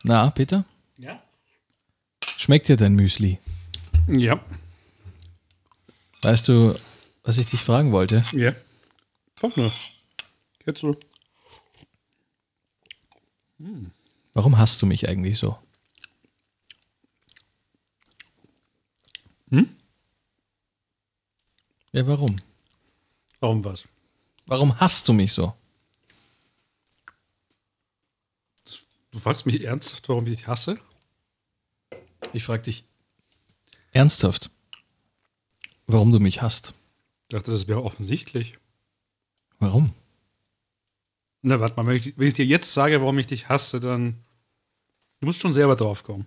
Na, Peter? Ja? Schmeckt dir dein Müsli? Ja. Weißt du, was ich dich fragen wollte? Ja. Sag nur. Jetzt so. Warum hasst du mich eigentlich so? Ja, warum? Warum was? Warum hasst du mich so? Du fragst mich ernsthaft, warum ich dich hasse? Ich frage dich ernsthaft, warum du mich hasst. Ich dachte, das wäre offensichtlich. Warum? Na, warte mal, wenn ich dir jetzt sage, warum ich dich hasse, dann. Du musst schon selber drauf kommen.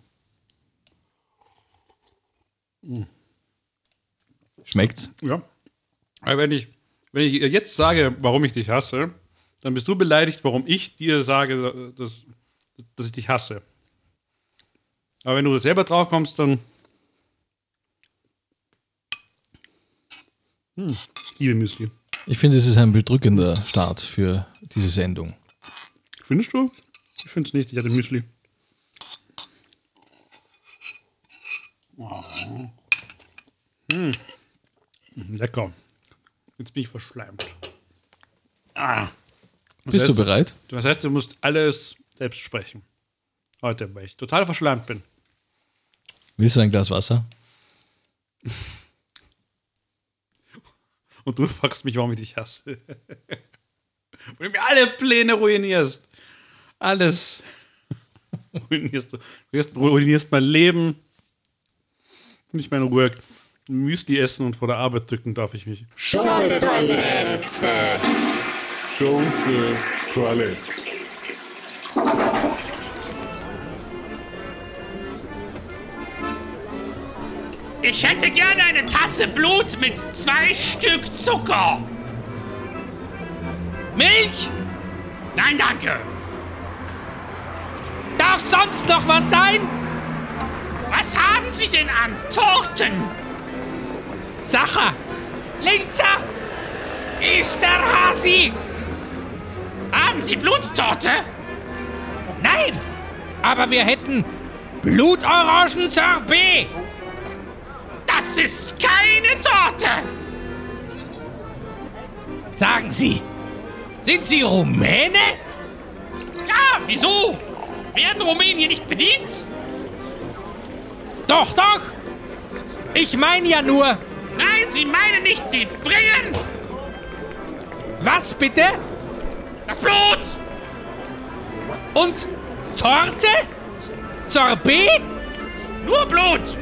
Schmeckt's? Ja. Aber wenn ich dir jetzt sage, warum ich dich hasse, dann bist du beleidigt, warum ich dir sage, dass ich dich hasse. Aber wenn du selber drauf kommst, dann. Ich liebe Müsli. Ich finde, es ist ein bedrückender Start für diese Sendung. Findest du? Ich finde es nicht. Ich hatte Müsli. Lecker. Jetzt bin ich verschleimt. Bist du bereit? Das heißt, du musst alles selbst sprechen. Heute, weil ich total verschleimt bin. Willst du ein Glas Wasser? Und du fragst mich, warum ich dich hasse. Und du mir alle Pläne ruinierst. Alles. Ruinierst mein Leben. Nicht meine Ruhe. Müsli essen und vor der Arbeit drücken darf ich mich. Schunke Toilette. Schunke Toilette. Ich hätte gerne eine Tasse Blut mit 2 Stück Zucker. Milch? Nein, danke. Darf sonst noch was sein? Was haben Sie denn an Torten? Sacher, Linzer, Esterhazy. Haben Sie Bluttorte? Nein, aber wir hätten Blutorangen-Sorbet. Das ist keine Torte! Sagen Sie, sind Sie Rumäne? Ja, wieso? Werden Rumänen hier nicht bedient? Doch, doch! Ich meine ja nur... Nein, Sie meinen nicht, Sie bringen... Was bitte? Das Blut! Und Torte? Sorbet? Nur Blut!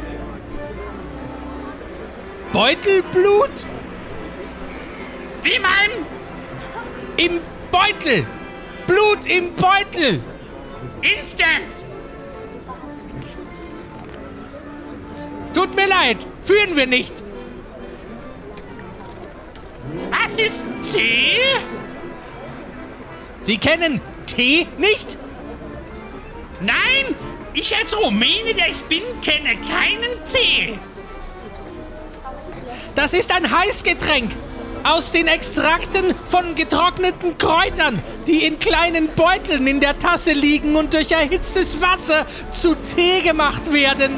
Beutelblut? Wie mein? Im Beutel. Blut im Beutel. Instant. Tut mir leid, führen wir nicht. Was ist Tee? Sie kennen Tee nicht? Nein, ich als Rumäne, der ich bin, kenne keinen Tee. Das ist ein Heißgetränk aus den Extrakten von getrockneten Kräutern, die in kleinen Beuteln in der Tasse liegen und durch erhitztes Wasser zu Tee gemacht werden.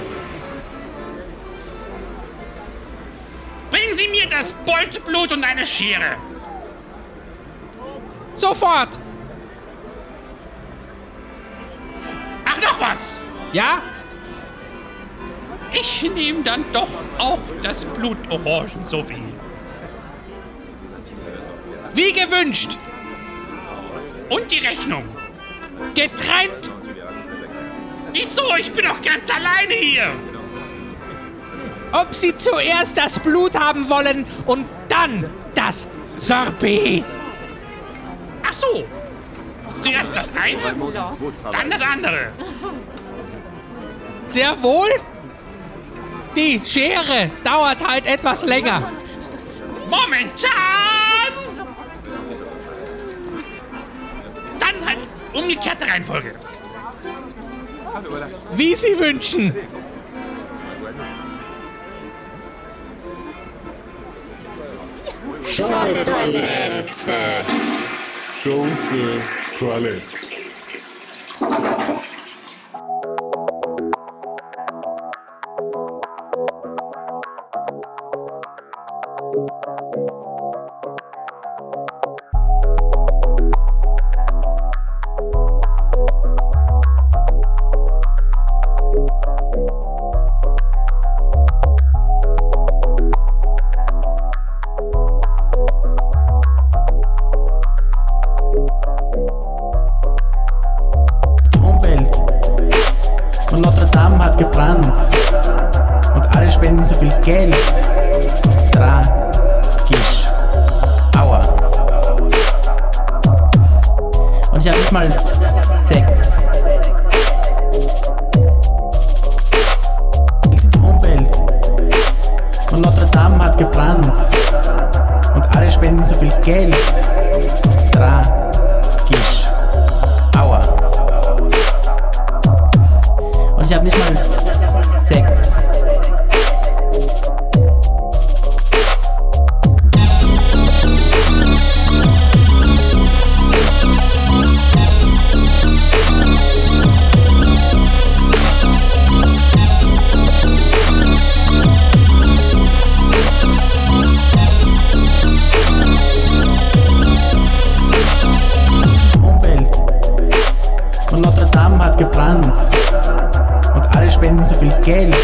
Bringen Sie mir das Beutelblut und eine Schere. Sofort. Ach, noch was. Ja? Ich nehme dann doch auch das Blutorangen-Sorbet. Wie gewünscht. Und die Rechnung. Getrennt. Wieso? Ich bin doch ganz alleine hier. Ob Sie zuerst das Blut haben wollen und dann das Sorbet. Ach so. Zuerst das eine, dann das andere. Sehr wohl. Die Schere dauert halt etwas länger. Momentan! Dann halt umgekehrte Reihenfolge. Wie Sie wünschen. Schunke Toilette. Schunke Toilette. gebrannt und alle spenden so viel Geld. Tragisch. Aua. Und ich hab nicht mal Sex. Die Umwelt von Notre Dame hat gebrannt und alle spenden so viel Geld. Tragisch. Aua. Und ich hab nicht mal Sex. Gebrannt und alle spenden so viel Geld.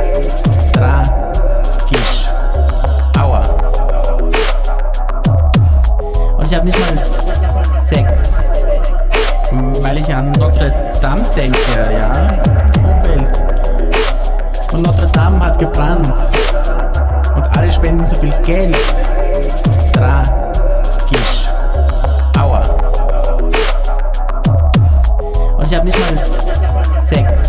Tragisch. Aua. Und ich hab nicht mal Sex, weil ich an Notre Dame denke, ja. Umwelt von Notre Dame hat gebrannt und alle spenden so viel Geld. Tragisch. Aua. Und ich hab nicht mal Sex.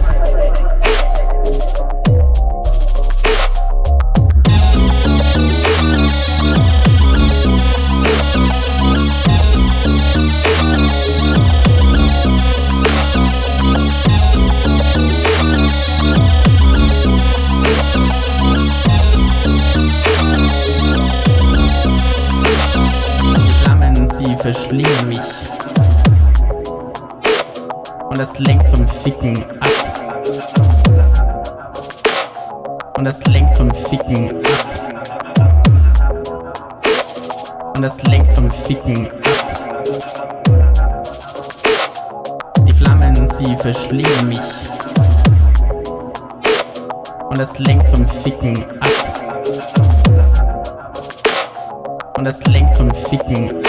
Die Flammen, sie verschlingen mich. Und das lenkt vom Ficken ab. Und das lenkt vom Ficken ab. Und das lenkt vom Ficken ab. Die Flammen, sie verschlingen mich. Und das lenkt vom Ficken ab. Und das lenkt vom Ficken ab.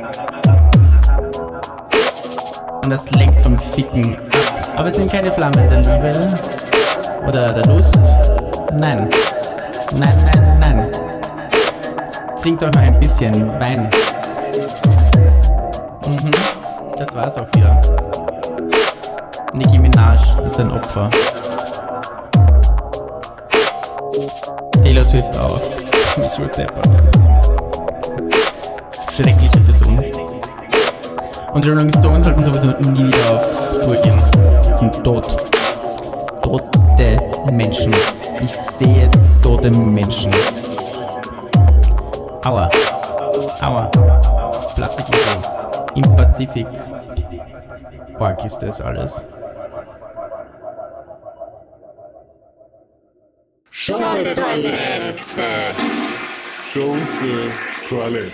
Und das lenkt vom Ficken ab. Aber es sind keine Flammen der Liebe oder der Lust. Nein. Nein, nein, nein. Trinkt doch noch ein bisschen Wein. Das war's auch wieder. Nicki Minaj ist ein Opfer. Taylor Swift auch. Ich wurde deppert. Schreckliche Person. Und die Rolling Stones sollten sowieso nie wieder auf Tour gehen. Die sind tot. Tote Menschen. Ich sehe tote Menschen. Aua. Aua. Plastikmuseum. Im Pazifik. Org ist das alles. Schunke-Toilette. Schunke-Toilette.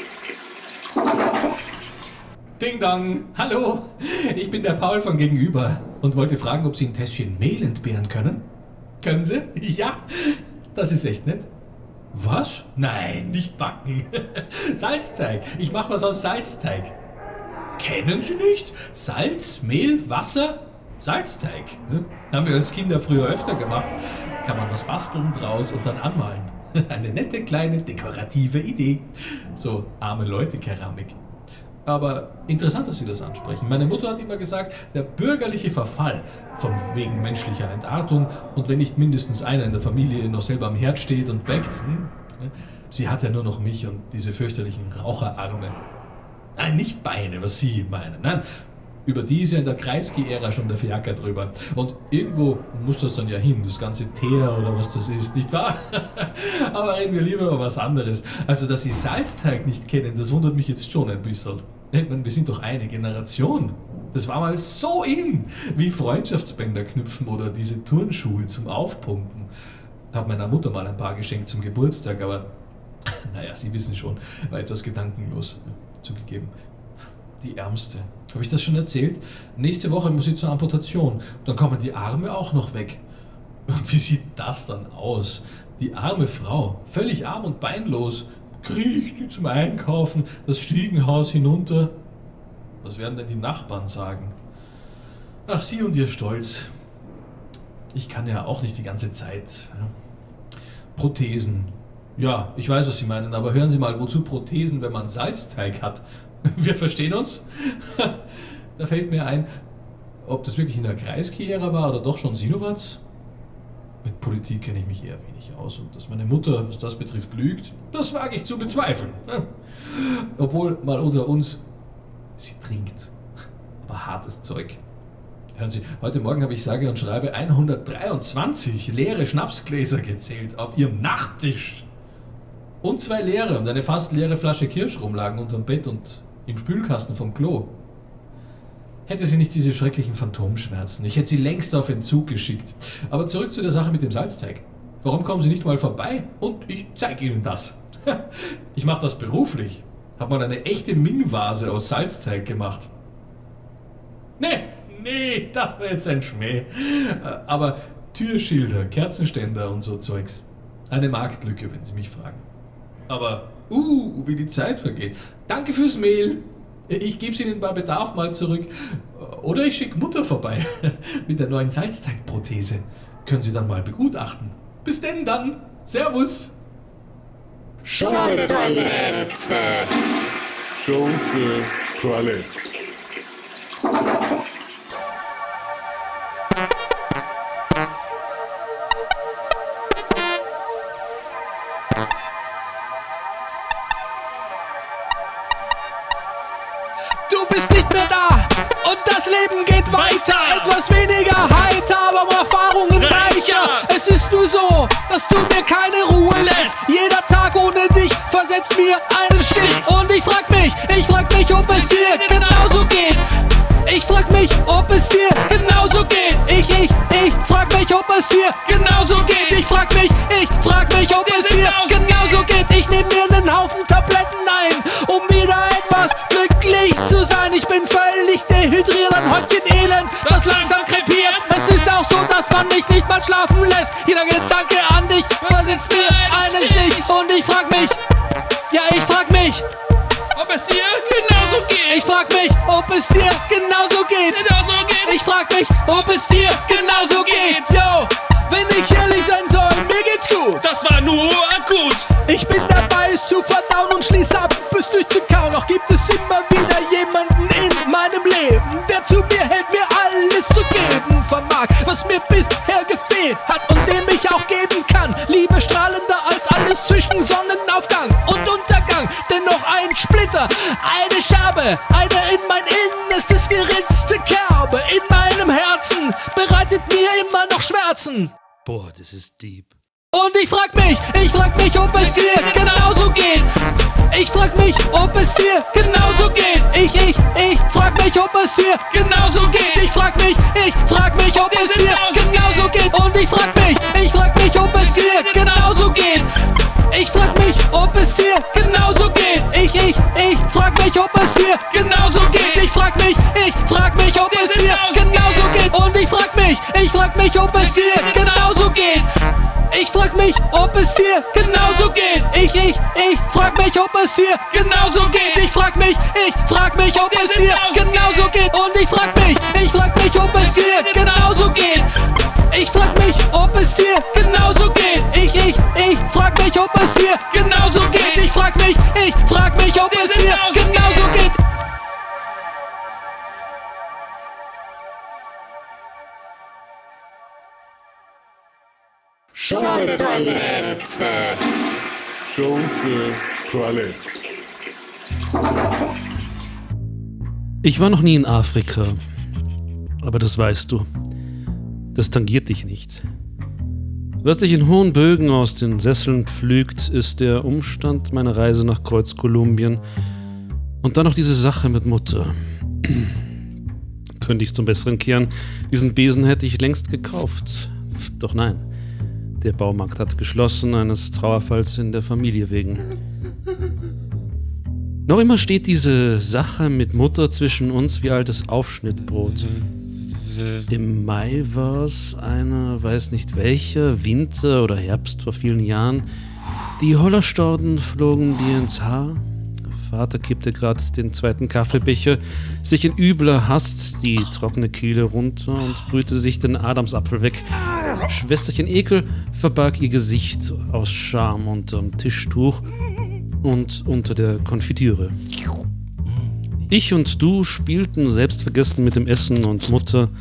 Ding Dong, hallo, ich bin der Paul von gegenüber und wollte fragen, ob Sie ein Tässchen Mehl entbehren können. Können Sie? Ja, das ist echt nett. Was? Nein, nicht backen. Salzteig, ich mache was aus Salzteig. Kennen Sie nicht? Salz, Mehl, Wasser, Salzteig. Haben wir als Kinder früher öfter gemacht. Kann man was basteln draus und dann anmalen. Eine nette kleine dekorative Idee. So arme Leute-Keramik. Aber interessant, dass Sie das ansprechen. Meine Mutter hat immer gesagt, der bürgerliche Verfall von wegen menschlicher Entartung und wenn nicht mindestens einer in der Familie noch selber am Herd steht und backt. Sie hat ja nur noch mich und diese fürchterlichen Raucherarme. Nein, nicht Beine, was Sie meinen. Nein, über die ist ja in der Kreisky-Ära schon der Fiaker drüber. Und irgendwo muss das dann ja hin, das ganze Teer oder was das ist, nicht wahr? Aber reden wir lieber über was anderes. Also, dass Sie Salzteig nicht kennen, das wundert mich jetzt schon ein bisschen. Ich meine, wir sind doch eine Generation. Das war mal so in, wie Freundschaftsbänder knüpfen oder diese Turnschuhe zum Aufpumpen. Hab meiner Mutter mal ein paar geschenkt zum Geburtstag, aber naja, Sie wissen schon, war etwas gedankenlos, zugegeben. Die Ärmste. Habe ich das schon erzählt? Nächste Woche muss sie zur Amputation. Dann kommen die Arme auch noch weg. Und wie sieht das dann aus? Die arme Frau, völlig arm und beinlos, kriecht die zum Einkaufen, das Stiegenhaus hinunter. Was werden denn die Nachbarn sagen? Ach, Sie und Ihr Stolz. Ich kann ja auch nicht die ganze Zeit. Ja. Prothesen. Ja, ich weiß, was Sie meinen, aber hören Sie mal, wozu Prothesen, wenn man Salzteig hat? Wir verstehen uns? Da fällt mir ein, ob das wirklich in der Kreisky-Ära war oder doch schon Sinowatz. Mit Politik kenne ich mich eher wenig aus und dass meine Mutter, was das betrifft, lügt, das wage ich zu bezweifeln. Obwohl, mal unter uns, sie trinkt. Aber hartes Zeug. Hören Sie, heute Morgen habe ich sage und schreibe 123 leere Schnapsgläser gezählt auf ihrem Nachttisch. Und 2 leere und eine fast leere Flasche Kirschrum lagen unterm Bett und im Spülkasten vom Klo. Hätte sie nicht diese schrecklichen Phantomschmerzen, ich hätte sie längst auf Entzug geschickt. Aber zurück zu der Sache mit dem Salzteig. Warum kommen Sie nicht mal vorbei und ich zeige Ihnen das? Ich mache das beruflich. Hab mal eine echte Ming-Vase aus Salzteig gemacht. Nee, das wäre jetzt ein Schmäh. Aber Türschilder, Kerzenständer und so Zeugs. Eine Marktlücke, wenn Sie mich fragen. Aber, wie die Zeit vergeht. Danke fürs Mehl. Ich gebe es Ihnen bei Bedarf mal zurück. Oder ich schicke Mutter vorbei. Mit der neuen Salzteigprothese. Können Sie dann mal begutachten. Bis denn dann. Servus. Schunke-Toilette. Schunke-Toilette. Du bist nicht mehr da und das Leben geht weiter. Etwas weniger heiter, aber Erfahrungen reicher. Es ist nur so, dass du mir keine Ruhe lässt. Jeder Tag ohne dich versetzt mir einen Stich. Und ich frag mich, ob es dir genauso geht. Ich frag mich, ob es dir genauso geht. Ich frag mich, ob es dir genauso geht. Ich frag mich, ob es dir genauso geht. Ich nehm mir einen Haufen Tabletten ein, um wieder etwas glücklich zu sein. Ich bin völlig dehydriert, ein Häufchen Elend, das langsam krepiert. Es ist auch so, dass man mich nicht mal schlafen lässt. Jeder Gedanke an dich versetzt mir einen Stich. Und ich frag mich, ob es dir genauso geht. Ich frag mich, ob es dir genauso geht. Ich frag mich, ob es dir genauso geht. Yo, wenn ich ehrlich sein soll, mir geht's gut. Das war nur akut. Ich bin dabei, es zu verdauen und schließ ab, bis durchzukauen. Doch gibt es immer wieder jemanden in meinem Leben, der zu mir hält, mir alles zu geben vermag, was mir bisher gefehlt hat und dem ich auch geben kann. Liebe strahlender als alles zwischen Sonnenaufgang und Untergang. Dennoch ein Splitter, eine Scherbe, eine in mein Innerstes geritzte Kerbe. In meinem Herzen bereitet mir immer noch Schmerzen. Boah, das ist deep. Und ich frag mich, ob es dir genauso geht. Ich frag mich, ob es dir genauso geht. Ich frag mich, ob es dir genauso geht. Ich frag mich, ob es dir genauso geht. Und ich frag mich, ob es dir genauso geht. Ich frag mich, ob es dir genauso geht. Ich frag mich, ob es dir genauso geht. Ich frag mich, ob es dir genauso geht. Und ich frag mich, ob es dir genauso geht. Ich frag mich, ob es dir genauso geht. Ich frag mich, ob es dir genauso geht. Ich frag mich, ob es dir genauso geht. Und ich frag mich, ob es dir genauso geht. Ich frag mich, ob es dir genauso geht. Ich frag mich, ob es dir genauso geht. Ich frag mich, ob es dir genauso geht. Schunke-Toilette. Schunke-Toilette. Ich war noch nie in Afrika, aber das weißt du. Das tangiert dich nicht. Was dich in hohen Bögen aus den Sesseln pflügt, ist der Umstand meiner Reise nach Kreuzkolumbien und dann noch diese Sache mit Mutter. Könnte ich zum Besseren kehren, diesen Besen hätte ich längst gekauft. Doch nein. Der Baumarkt hat geschlossen, eines Trauerfalls in der Familie wegen. Noch immer steht diese Sache mit Mutter zwischen uns wie altes Aufschnittbrot. Im Mai war es einer, weiß nicht welcher, Winter oder Herbst vor vielen Jahren. Die Hollerstauden flogen dir ins Haar, Vater kippte gerade den zweiten Kaffeebecher sich in übler Hast die trockene Kehle runter und brühte sich den Adamsapfel weg. Schwesterchen Ekel verbarg ihr Gesicht aus Scham unterm Tischtuch und unter der Konfitüre. Ich und du spielten selbstvergessen mit dem Essen und Mutter...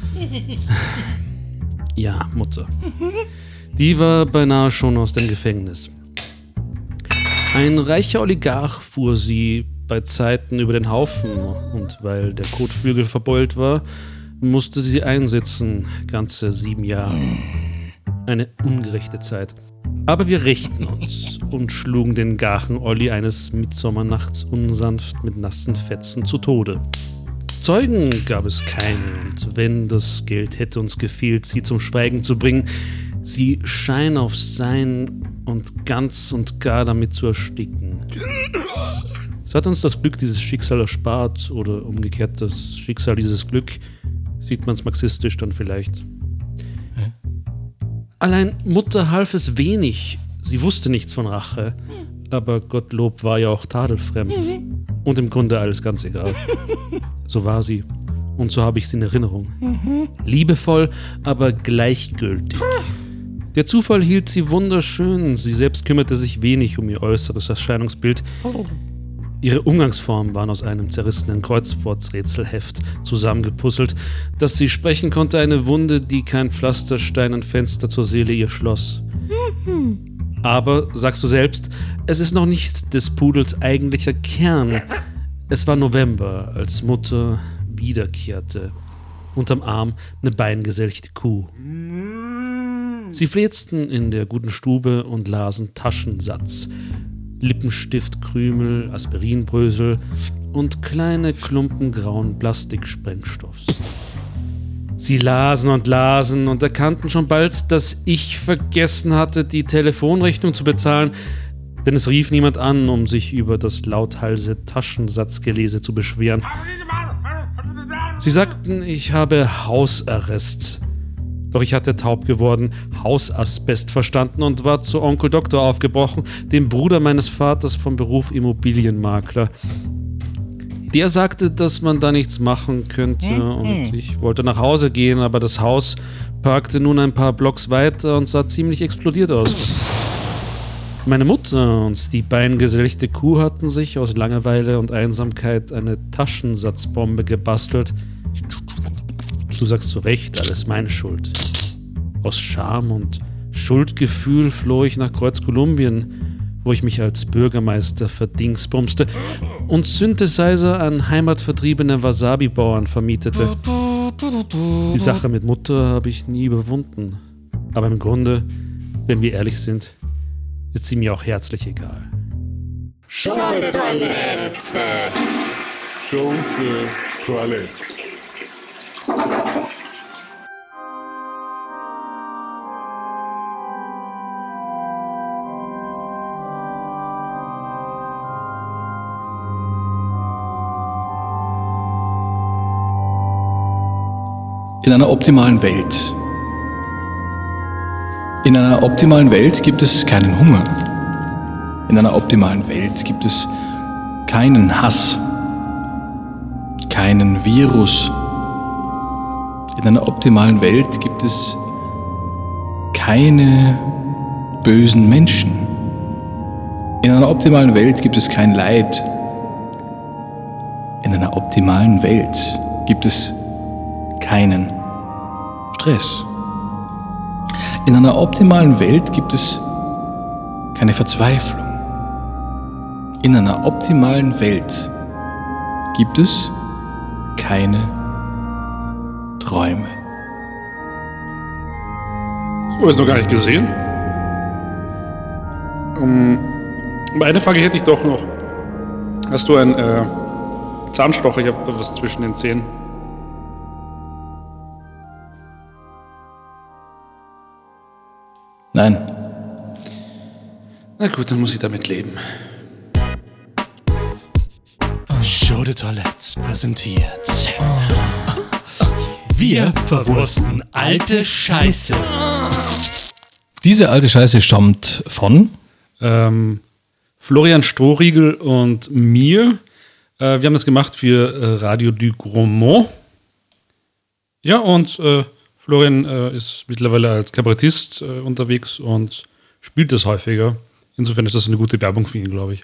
Ja, Mutter. Die war beinahe schon aus dem Gefängnis. Ein reicher Oligarch fuhr sie bei Zeiten über den Haufen und weil der Kotflügel verbeult war, musste sie einsitzen, ganze 7 Jahre. Eine ungerechte Zeit. Aber wir rächten uns und schlugen den Garchen-Olli eines Mitsommernachts unsanft mit nassen Fetzen zu Tode. Zeugen gab es keine und wenn das Geld hätte uns gefehlt, sie zum Schweigen zu bringen, sie Schein auf Sein und ganz und gar damit zu ersticken. Es hat uns das Glück dieses Schicksal erspart oder umgekehrt das Schicksal dieses Glück, sieht man es marxistisch dann vielleicht. Allein Mutter half es wenig, sie wusste nichts von Rache, aber Gottlob war ja auch tadelfremd und im Grunde alles ganz egal. So war sie und so habe ich sie in Erinnerung. Liebevoll, aber gleichgültig. Der Zufall hielt sie wunderschön, sie selbst kümmerte sich wenig um ihr äußeres Erscheinungsbild. Ihre Umgangsformen waren aus einem zerrissenen Kreuzworträtselheft zusammengepuzzelt. Dass sie sprechen konnte, eine Wunde, die kein Pflasterstein ein Fenster zur Seele ihr schloss. Aber, sagst du selbst, es ist noch nicht des Pudels eigentlicher Kern. Es war November, als Mutter wiederkehrte. Unterm Arm eine beingeselchte Kuh. Sie flitzten in der guten Stube und lasen Taschensatz. Lippenstiftkrümel, Aspirinbrösel und kleine Klumpen grauen Plastiksprengstoffs. Sie lasen und erkannten schon bald, dass ich vergessen hatte, die Telefonrechnung zu bezahlen, denn es rief niemand an, um sich über das lauthalse Taschensatzgelese zu beschweren. Sie sagten, ich habe Hausarrest. Doch ich hatte taub geworden, Hausasbest verstanden und war zu Onkel Doktor aufgebrochen, dem Bruder meines Vaters vom Beruf Immobilienmakler. Der sagte, dass man da nichts machen könnte und ich wollte nach Hause gehen, aber das Haus parkte nun ein paar Blocks weiter und sah ziemlich explodiert aus. Meine Mutter und die beingeselchte Kuh hatten sich aus Langeweile und Einsamkeit eine Taschensatzbombe gebastelt. Du sagst zu Recht, alles meine Schuld. Aus Scham und Schuldgefühl floh ich nach Kreuz-Kolumbien, wo ich mich als Bürgermeister verdingsbumste und Synthesizer an heimatvertriebene Wasabi-Bauern vermietete. Die Sache mit Mutter habe ich nie überwunden. Aber im Grunde, wenn wir ehrlich sind, ist sie mir auch herzlich egal. Schunke-Toilette. Schunke-Toilette. In einer optimalen Welt. In einer optimalen Welt gibt es keinen Hunger. In einer optimalen Welt gibt es keinen Hass, keinen Virus. In einer optimalen Welt gibt es keine bösen Menschen. In einer optimalen Welt gibt es kein Leid. In einer optimalen Welt gibt es keinen Stress. In einer optimalen Welt gibt es keine Verzweiflung. In einer optimalen Welt gibt es keine Träume. So, ist noch gar nicht gesehen. Eine Frage hätte ich doch noch. Hast du einen Zahnstocher? Ich habe was zwischen den Zähnen. Nein. Na gut, dann muss ich damit leben. Show de Toilette präsentiert. Wir verwursten alte Scheiße. Diese alte Scheiße stammt von? Florian Strohriegel und mir. Wir haben das gemacht für Radio du Grand Mont. Ja, und Florian ist mittlerweile als Kabarettist unterwegs und spielt das häufiger. Insofern ist das eine gute Werbung für ihn, glaube ich.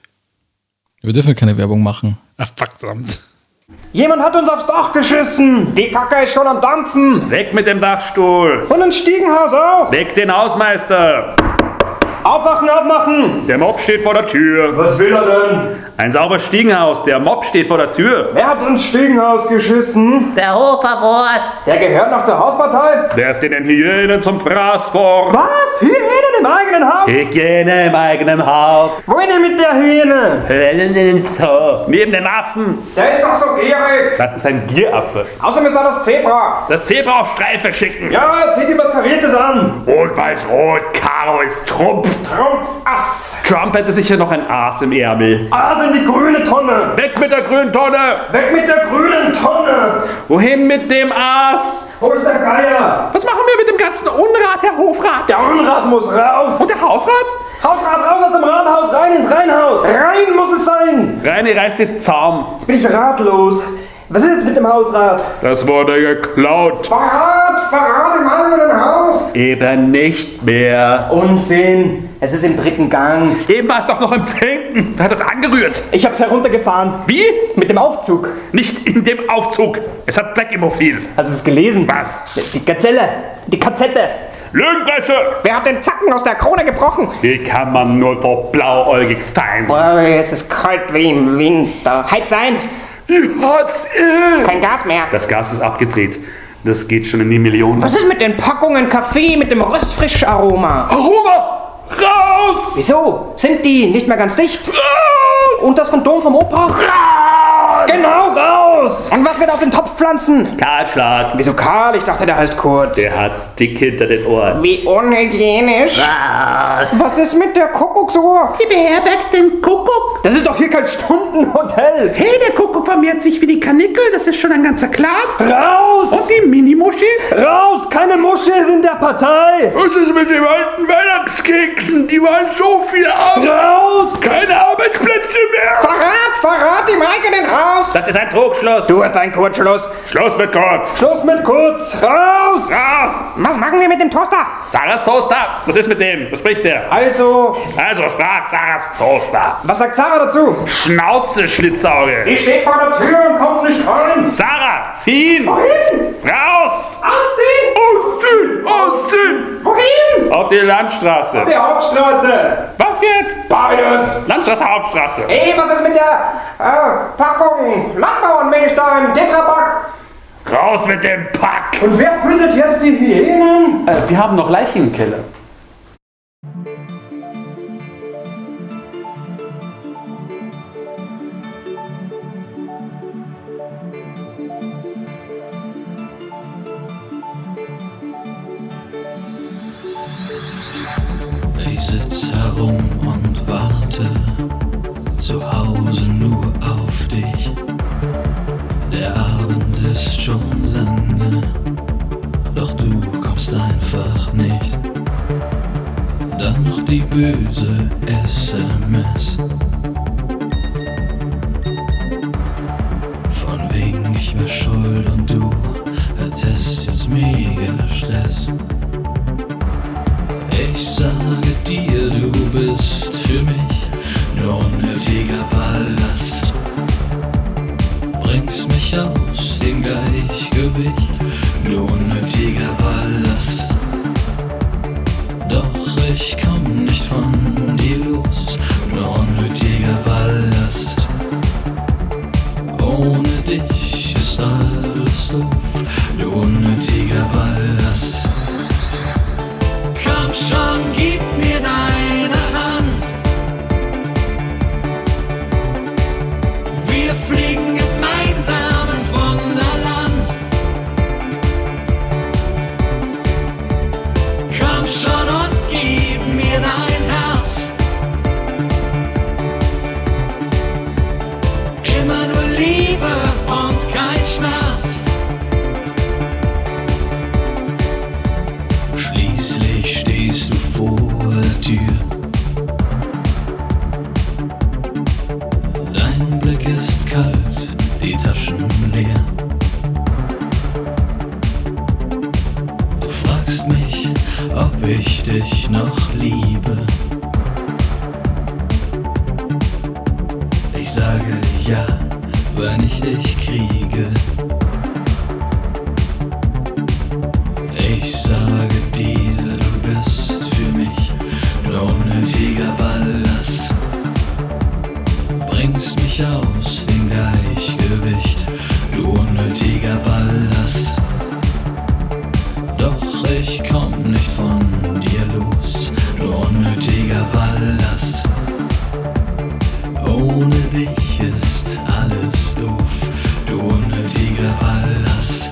Wir dürfen keine Werbung machen. Ach, verdammt. Jemand hat uns aufs Dach geschissen. Die Kacke ist schon am Dampfen. Weg mit dem Dachstuhl. Und ins Stiegenhaus auch. Weg den Hausmeister. Aufwachen, aufmachen. Der Mob steht vor der Tür. Was will er denn? Ein sauberes Stiegenhaus. Der Mob steht vor der Tür. Wer hat ins Stiegenhaus geschissen? Der Operwurst. Der gehört noch zur Hauspartei. Werft den Hyänen zum Fraß vor. Was? Hyänen im eigenen Haus? Hygiene im eigenen Haus. Wohin denn mit der Hyäne? Höhlen in den Zoo. Neben den Affen. Der ist doch so gierig. Das ist ein Gieraffe. Außerdem ist da das Zebra. Das Zebra auf Streife schicken. Ja, zieht ihm was Kariertes an. Rot-Weiß-Rot. Karo ist Trumpf. Trumpfass. Trump hätte sicher noch ein Aas im Ärmel. Aas in die grüne Tonne. Weg mit der grünen Tonne. Weg mit der grünen Tonne. Wohin mit dem Aas? Wo ist der Geier? Was machen wir mit dem ganzen Unrat, Herr Hofrat? Der Unrat muss raus. Und der Hausrat? Hausrat raus aus dem Rathaus, rein ins Reinhaus. Rein muss es sein. Reini reißt den Zaum. Jetzt bin ich ratlos. Was ist jetzt mit dem Hausrat? Das wurde geklaut. Verrat im eigenen Haus. Eben nicht mehr. Unsinn. Es ist im 3. Gang. Eben war es doch noch im 10. Da hat es angerührt. Ich hab's heruntergefahren. Wie? Mit dem Aufzug. Nicht in dem Aufzug. Es hat Blackimophil. Hast du es gelesen? Was? Die Gazelle. Die Kazette. Lügenpresse! Wer hat den Zacken aus der Krone gebrochen? Wie kann man nur so blauäugig sein? Boah, es ist kalt wie im Winter. Heiz ein. Hat's Kein Gas mehr. Das Gas ist abgedreht. Das geht schon in die Millionen. Was ist mit den Packungen Kaffee mit dem Röstfrischaroma? Aroma! Raus! Wieso? Sind die nicht mehr ganz dicht? Raus! Und das Kondom vom Opa? Raus! Genau, raus! Und was wird auf den Topfpflanzen? Kahlschlag. Wieso Karl? Ich dachte, der heißt Kurt. Der hat's dick hinter den Ohren. Wie unhygienisch. Was ist mit der Kuckucksuhr? Die beherbergt den Kuckuck. Das ist doch hier kein Stundenhotel. Hey, der Kuckuck vermehrt sich wie die Kanickel, das ist schon ein ganzer Clan. Raus! Und die Minimuschi? Raus! Keine Muschel in der Partei! Was ist mit den alten Weihnachtskeksen? Die waren so viel Arbeit. Raus! Keine Arbeitsplätze mehr. Verrat im eigenen Haus! Das ist ein Trugschluss. Du hast einen Kurzschluss. Schluss mit Kurz. Schluss mit Kurz! Raus! Raus! Was machen wir mit dem Toaster? Sarahs Toaster. Was ist mit dem? Was spricht der? Also, Sprach Sarahs Toaster. was sagt Sarah dazu? Schnauze, Schlitzauge. Die steht vor der Tür und kommt nicht rein. Sarah, ziehen. Wohin? Raus. Ausziehen! Ausziehen. Ausziehen. Wohin? Auf die Landstraße. Die Hauptstraße. Was jetzt? Beides. Landstraße, Hauptstraße. Ey, was ist mit der Packung Landbauernmilch da im Tetrapack? Raus mit dem Pack. Und wer füttert jetzt die Hyänen? Wir haben noch Leichen im Keller. Ich sitz herum und warte zu Hause nur auf dich. Der Abend ist schon lange, doch du kommst einfach nicht. Dann noch die böse SMS. Von wegen ich war schuld und du hattest jetzt mega Stress. Ich sage dir, du bist für mich nur unnötiger Ballast. Bringst mich aus dem Gleichgewicht, nur unnötiger Ballast. Doch ich komm nicht von dir los, nur unnötiger Ballast. Ohne dich ist alles doof, nur unnötiger Ballast. Komm schon, gib mir deine Hand. Wir fliegen gemeinsam ins Wunderland. Komm schon und gib mir dein Herz. Immer nur Liebe und kein Schmerz. Schließlich stehst du vor der Tür. ob ich dich noch liebe. Ich sage ja, wenn ich dich kriege. Ich sage dir, du bist für mich nur unnötiger Ballast. Bringst mich aus dem Gleichgewicht, du unnötiger Ballast. Doch ich komm nicht von dir los, du unnötiger Ballast. Ohne dich ist alles doof, du unnötiger Ballast.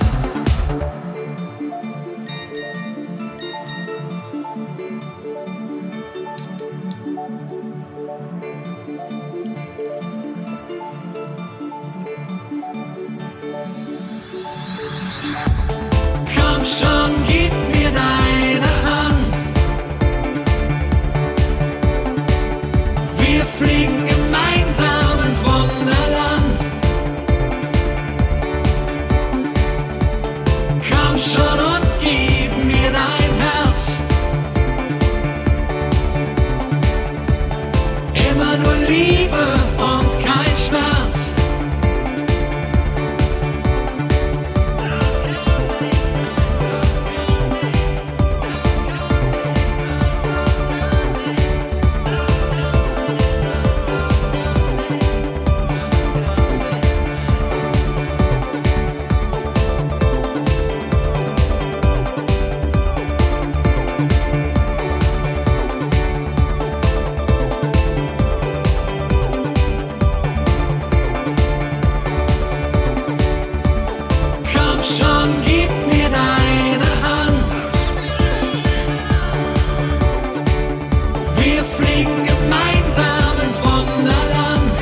Komm schon, gib mir deine Hand. Wir fliegen gemeinsam ins Wunderland. Komm schon und gib mir dein Herz. Immer nur Liebe und kein Schmerz. Komm schon, gib mir deine Hand. Wir fliegen gemeinsam ins Wunderland.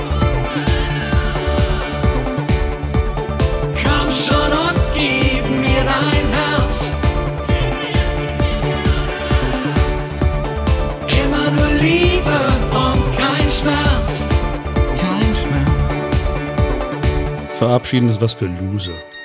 Komm schon und gib mir dein Herz. Immer nur Liebe und kein Schmerz. Kein Schmerz. Verabschieden ist was für Loser.